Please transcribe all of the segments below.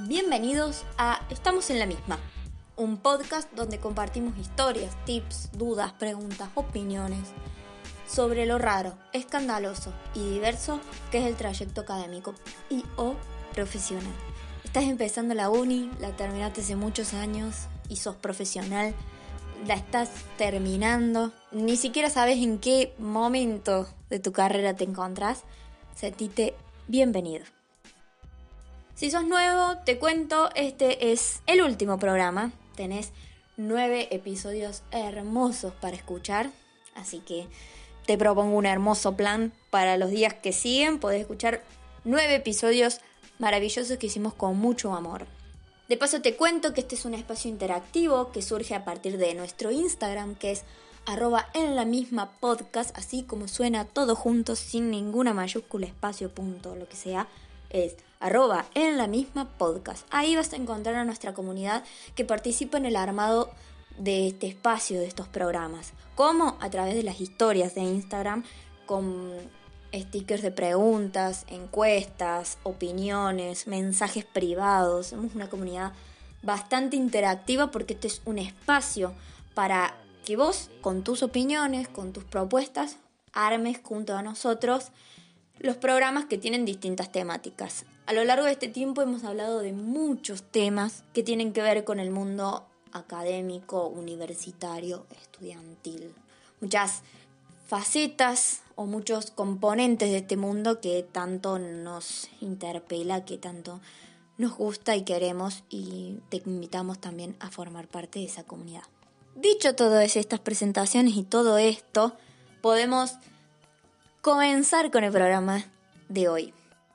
Bienvenidos a Estamos en la misma, un podcast donde compartimos historias, tips, dudas, preguntas, opiniones sobre lo raro, escandaloso y diverso que es el trayecto académico y o profesional. Estás empezando la uni, la terminaste hace muchos años y sos profesional, la estás terminando, ni siquiera sabes en qué momento de tu carrera te encontrás, sentite bienvenido. Si sos nuevo, te cuento, este es el último programa. Tenés 9 episodios hermosos para escuchar, así que te propongo un hermoso plan para los días que siguen. Podés escuchar 9 episodios maravillosos que hicimos con mucho amor. De paso te cuento que este es un espacio interactivo que surge a partir de nuestro Instagram, que es @enlamismapodcast, así como suena todo junto, sin ninguna mayúscula, espacio, punto, lo que sea. Es @enlamismapodcast. Ahí vas a encontrar a nuestra comunidad que participa en el armado de este espacio, de estos programas. ¿Cómo? A través de las historias de Instagram, con stickers de preguntas, encuestas, opiniones, mensajes privados. Somos una comunidad bastante interactiva porque este es un espacio para que vos, con tus opiniones, con tus propuestas, armes junto a nosotros los programas que tienen distintas temáticas. A lo largo de este tiempo hemos hablado de muchos temas que tienen que ver con el mundo académico, universitario, estudiantil. Muchas facetas o muchos componentes de este mundo que tanto nos interpela, que tanto nos gusta y queremos, y te invitamos también a formar parte de esa comunidad. Dicho todas estas presentaciones y todo esto, podemos comenzar con el programa de hoy.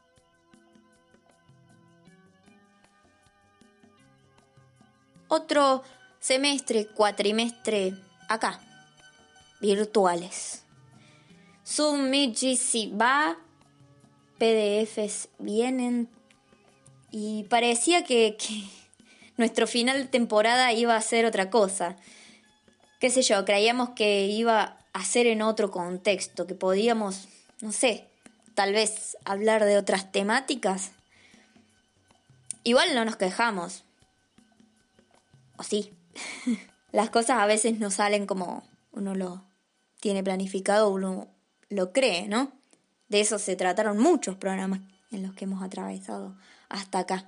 Otro semestre, cuatrimestre acá, virtuales. Zoom, Meet, Jitsi va, PDFs vienen y parecía que nuestro final de temporada iba a ser otra cosa. Qué sé yo, creíamos que iba a ser en otro contexto, que podíamos, no sé, tal vez hablar de otras temáticas. Igual no nos quejamos. O sí. Las cosas a veces no salen como uno lo tiene planificado, uno lo cree, ¿no? De eso se trataron muchos programas en los que hemos atravesado hasta acá.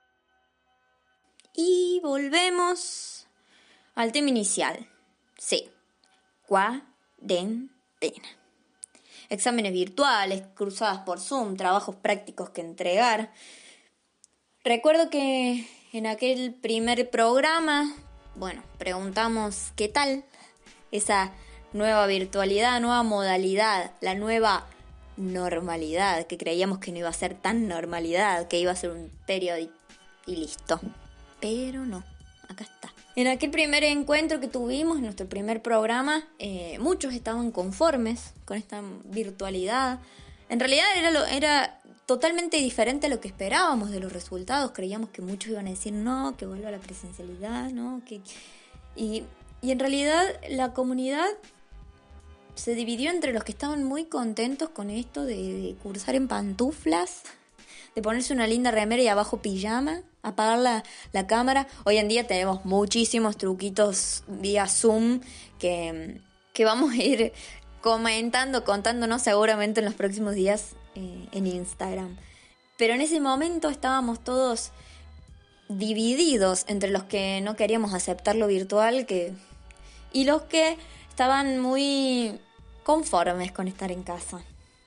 Y volvemos al tema inicial. Sí, cuarentena. Exámenes virtuales, cruzadas por Zoom, trabajos prácticos que entregar. Recuerdo que en aquel primer programa, preguntamos qué tal esa nueva virtualidad, nueva modalidad, la nueva normalidad, que creíamos que no iba a ser tan normalidad, que iba a ser un periodo y listo. Pero no, acá está. En aquel primer encuentro que tuvimos, en nuestro primer programa, muchos estaban conformes con esta virtualidad. En realidad era totalmente diferente a lo que esperábamos de los resultados. Creíamos que muchos iban a decir no, que vuelva a la presencialidad, no, y en realidad la comunidad se dividió entre los que estaban muy contentos con esto de cursar en pantuflas, de ponerse una linda remera y abajo pijama, apagar la cámara. Hoy en día tenemos muchísimos truquitos vía Zoom que vamos a ir contándonos seguramente en los próximos días en Instagram. Pero en ese momento estábamos todos divididos entre los que no queríamos aceptar lo virtual y los que estaban muy conformes con estar en casa.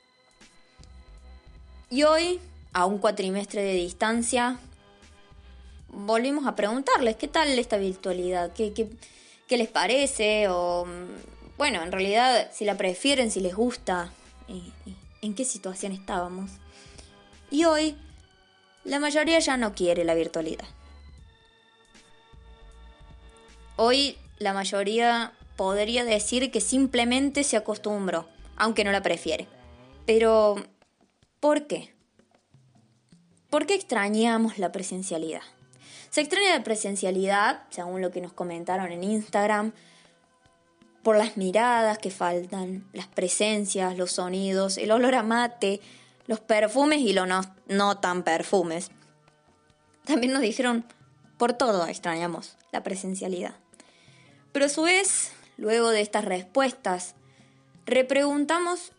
Y hoy, a un cuatrimestre de distancia, volvimos a preguntarles qué tal esta virtualidad, qué les parece, o en realidad si la prefieren, si les gusta, en qué situación estábamos. Y hoy la mayoría ya no quiere la virtualidad. Hoy la mayoría podría decir que simplemente se acostumbró, aunque no la prefiere. Pero ¿por qué? ¿Por qué extrañamos la presencialidad? Se extraña la presencialidad, según lo que nos comentaron en Instagram, por las miradas que faltan, las presencias, los sonidos, el olor a mate, los perfumes y los no tan perfumes. También nos dijeron, por todo extrañamos la presencialidad. Pero a su vez, luego de estas respuestas, repreguntamos,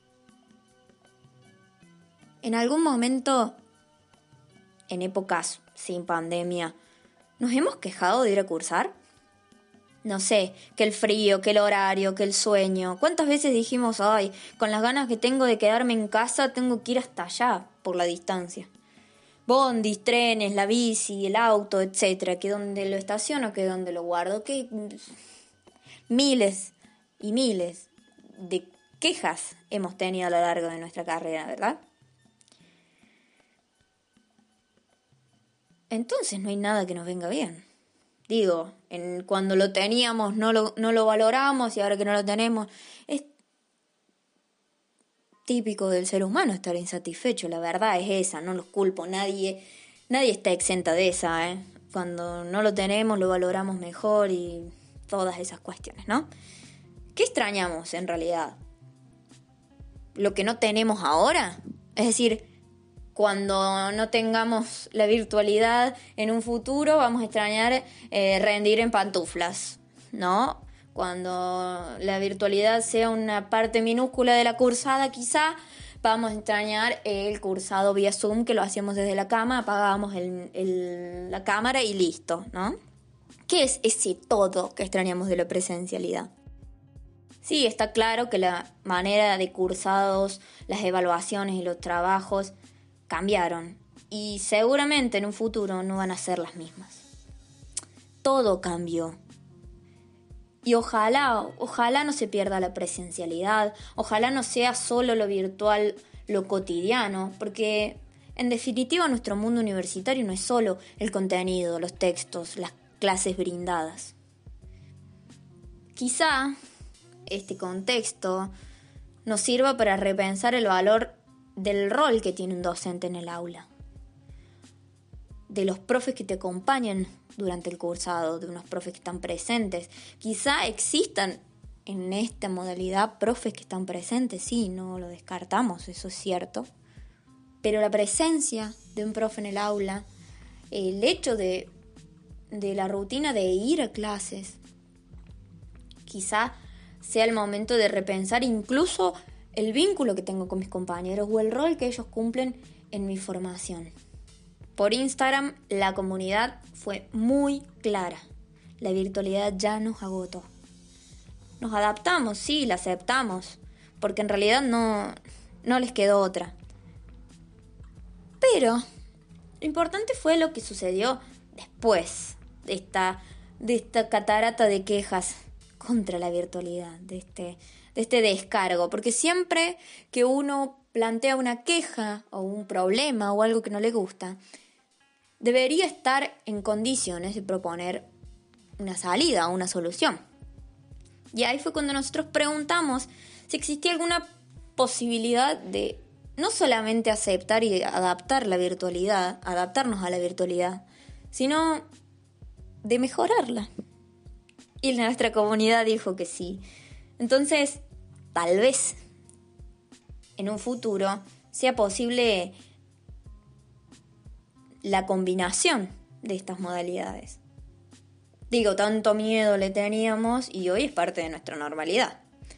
¿en algún momento, en épocas sin pandemia, nos hemos quejado de ir a cursar? No sé, que el frío, que el horario, que el sueño. ¿Cuántas veces dijimos, ay, con las ganas que tengo de quedarme en casa, tengo que ir hasta allá por la distancia? Bondis, trenes, la bici, el auto, etcétera, que donde lo estaciono, que donde lo guardo, que miles y miles de quejas hemos tenido a lo largo de nuestra carrera, ¿verdad? Entonces no hay nada que nos venga bien. Digo, cuando lo teníamos no lo valoramos y ahora que no lo tenemos, es típico del ser humano estar insatisfecho, la verdad es esa, no los culpo, nadie está exenta de esa, ¿eh? Cuando no lo tenemos lo valoramos mejor y todas esas cuestiones, ¿no? ¿Qué extrañamos en realidad? ¿Lo que no tenemos ahora? Es decir, cuando no tengamos la virtualidad en un futuro, vamos a extrañar rendir en pantuflas, ¿no? Cuando la virtualidad sea una parte minúscula de la cursada, quizá vamos a extrañar el cursado vía Zoom, que lo hacíamos desde la cama, apagábamos la cámara y listo, ¿no? ¿Qué es ese todo que extrañamos de la presencialidad? Sí, está claro que la manera de cursados, las evaluaciones y los trabajos cambiaron y seguramente en un futuro no van a ser las mismas. Todo cambió. Y ojalá no se pierda la presencialidad, ojalá no sea solo lo virtual, lo cotidiano, porque en definitiva nuestro mundo universitario no es solo el contenido, los textos, las clases brindadas. Quizá este contexto nos sirva para repensar el valor del rol que tiene un docente en el aula, de los profes que te acompañan durante el cursado, de unos profes que están presentes. Quizá existan en esta modalidad profes que están presentes, sí, no lo descartamos, eso es cierto, pero la presencia de un profe en el aula, el hecho de la rutina de ir a clases, quizá sea el momento de repensar incluso el vínculo que tengo con mis compañeros o el rol que ellos cumplen en mi formación. Por Instagram, la comunidad fue muy clara. La virtualidad ya nos agotó. Nos adaptamos, sí, la aceptamos, porque en realidad no les quedó otra. Pero lo importante fue lo que sucedió después de esta catarata de quejas contra la virtualidad, de este descargo, porque siempre que uno plantea una queja o un problema o algo que no le gusta, debería estar en condiciones de proponer una salida o una solución. Y ahí fue cuando nosotros preguntamos si existía alguna posibilidad de no solamente aceptar y adaptar la virtualidad, adaptarnos a la virtualidad, sino de mejorarla. Y nuestra comunidad dijo que sí. Entonces, tal vez en un futuro sea posible la combinación de estas modalidades. Digo, tanto miedo le teníamos y hoy es parte de nuestra normalidad.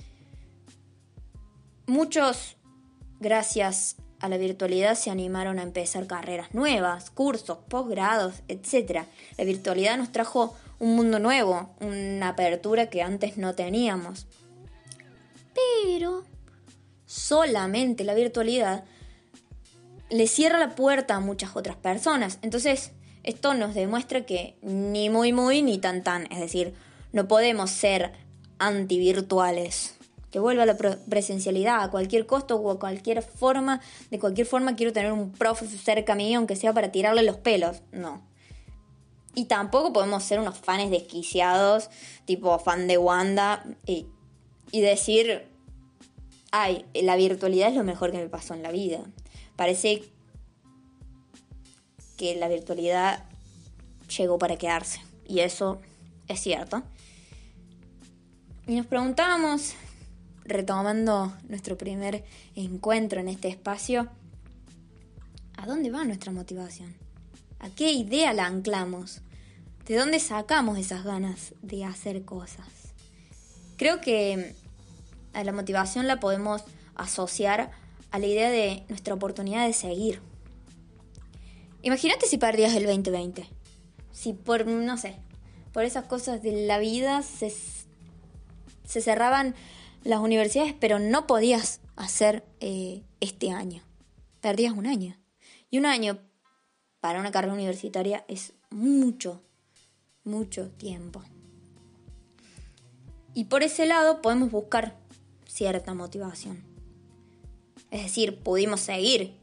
Muchos, gracias a la virtualidad, se animaron a empezar carreras nuevas, cursos, posgrados, etc. La virtualidad nos trajo un mundo nuevo, una apertura que antes no teníamos. Pero solamente la virtualidad le cierra la puerta a muchas otras personas. Entonces, esto nos demuestra que ni muy muy ni tan tan. Es decir, no podemos ser antivirtuales. Que vuelva a la presencialidad a cualquier costo o a cualquier forma. De cualquier forma quiero tener un profe cerca mío, aunque sea para tirarle los pelos. No. Y tampoco podemos ser unos fans desquiciados, tipo fan de Wanda, y decir, ay, la virtualidad es lo mejor que me pasó en la vida. Parece que la virtualidad llegó para quedarse. Y eso es cierto. Y nos preguntábamos, retomando nuestro primer encuentro en este espacio, ¿a dónde va nuestra motivación? ¿A qué idea la anclamos? ¿De dónde sacamos esas ganas de hacer cosas? Creo que a la motivación la podemos asociar a la idea de nuestra oportunidad de seguir. Imagínate si perdías el 2020. Si por, no sé, por esas cosas de la vida se cerraban las universidades, pero no podías hacer este año. Perdías un año. Y un año para una carrera universitaria es mucho tiempo. Y por ese lado podemos buscar cierta motivación. Es decir, pudimos seguir.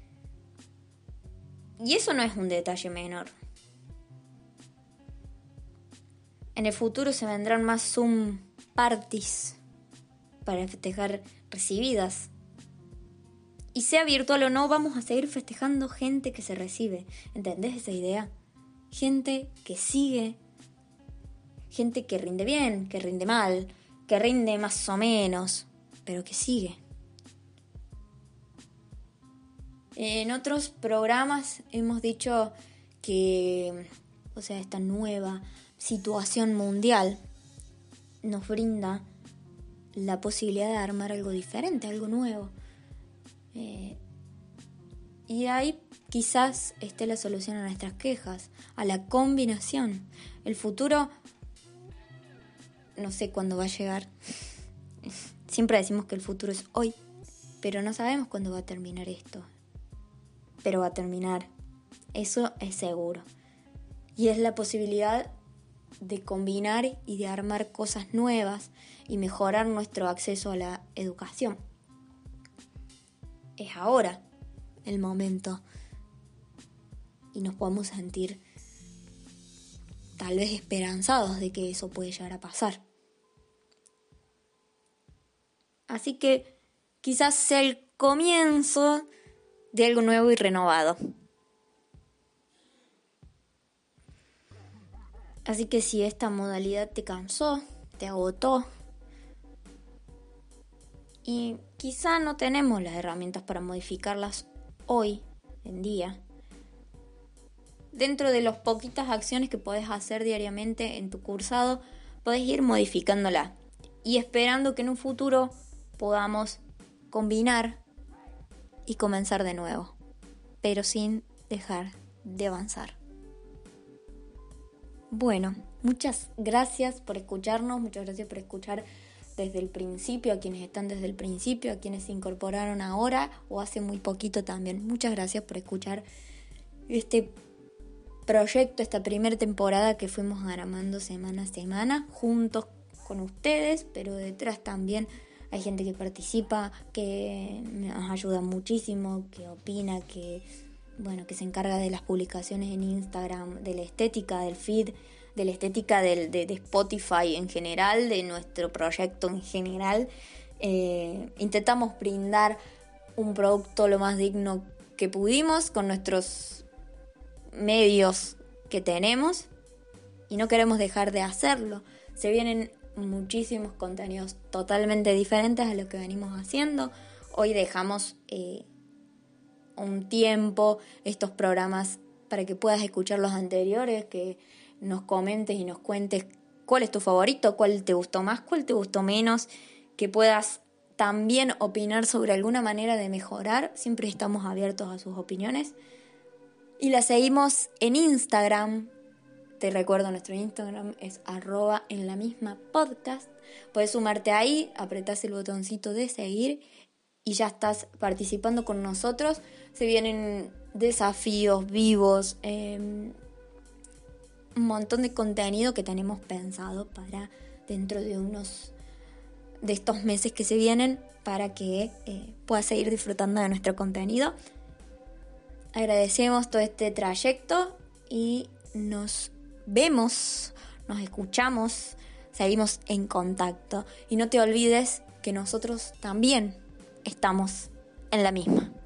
Y eso no es un detalle menor. En el futuro se vendrán más Zoom parties para festejar recibidas. Y sea virtual o no, vamos a seguir festejando gente que se recibe. ¿Entendés esa idea? Gente que sigue, gente que rinde bien, que rinde mal, que rinde más o menos, pero que sigue. En otros programas hemos dicho que, esta nueva situación mundial nos brinda la posibilidad de armar algo diferente, algo nuevo. Y ahí quizás esté la solución a nuestras quejas, a la combinación. El futuro no sé cuándo va a llegar. Siempre decimos que el futuro es hoy, pero no sabemos cuándo va a terminar esto. Pero va a terminar, eso es seguro. Y es la posibilidad de combinar y de armar cosas nuevas y mejorar nuestro acceso a la educación. Es ahora el momento y nos podemos sentir tal vez esperanzados de que eso puede llegar a pasar. Así que quizás sea el comienzo de algo nuevo y renovado. Así que si esta modalidad te cansó, te agotó y quizá no tenemos las herramientas para modificarlas hoy en día, dentro de las poquitas acciones que podés hacer diariamente en tu cursado, podés ir modificándola y esperando que en un futuro podamos combinar y comenzar de nuevo, pero sin dejar de avanzar. Bueno, muchas gracias por escucharnos, muchas gracias por escuchar desde el principio, a quienes están desde el principio, a quienes se incorporaron ahora o hace muy poquito también. Muchas gracias por escuchar este proyecto, esta primera temporada que fuimos armando semana a semana, juntos con ustedes, pero detrás también hay gente que participa, que nos ayuda muchísimo, que opina, que se encarga de las publicaciones en Instagram, de la estética del feed, de la estética de Spotify en general, de nuestro proyecto en general. Intentamos brindar un producto lo más digno que pudimos con nuestros medios que tenemos y no queremos dejar de hacerlo. Se vienen muchísimos contenidos totalmente diferentes a lo que venimos haciendo. Hoy dejamos un tiempo estos programas para que puedas escuchar los anteriores, que nos comentes y nos cuentes cuál es tu favorito, cuál te gustó más, cuál te gustó menos, que puedas también opinar sobre alguna manera de mejorar. Siempre estamos abiertos a sus opiniones. Y la seguimos en Instagram. Te recuerdo, nuestro Instagram es @enlamismapodcast. Puedes sumarte ahí, apretás el botoncito de seguir y ya estás participando con nosotros. Se vienen desafíos vivos, un montón de contenido que tenemos pensado para dentro de estos meses que se vienen, para que puedas seguir disfrutando de nuestro contenido. Agradecemos todo este trayecto y nos vemos, nos escuchamos, seguimos en contacto. Y no te olvides que nosotros también estamos en la misma.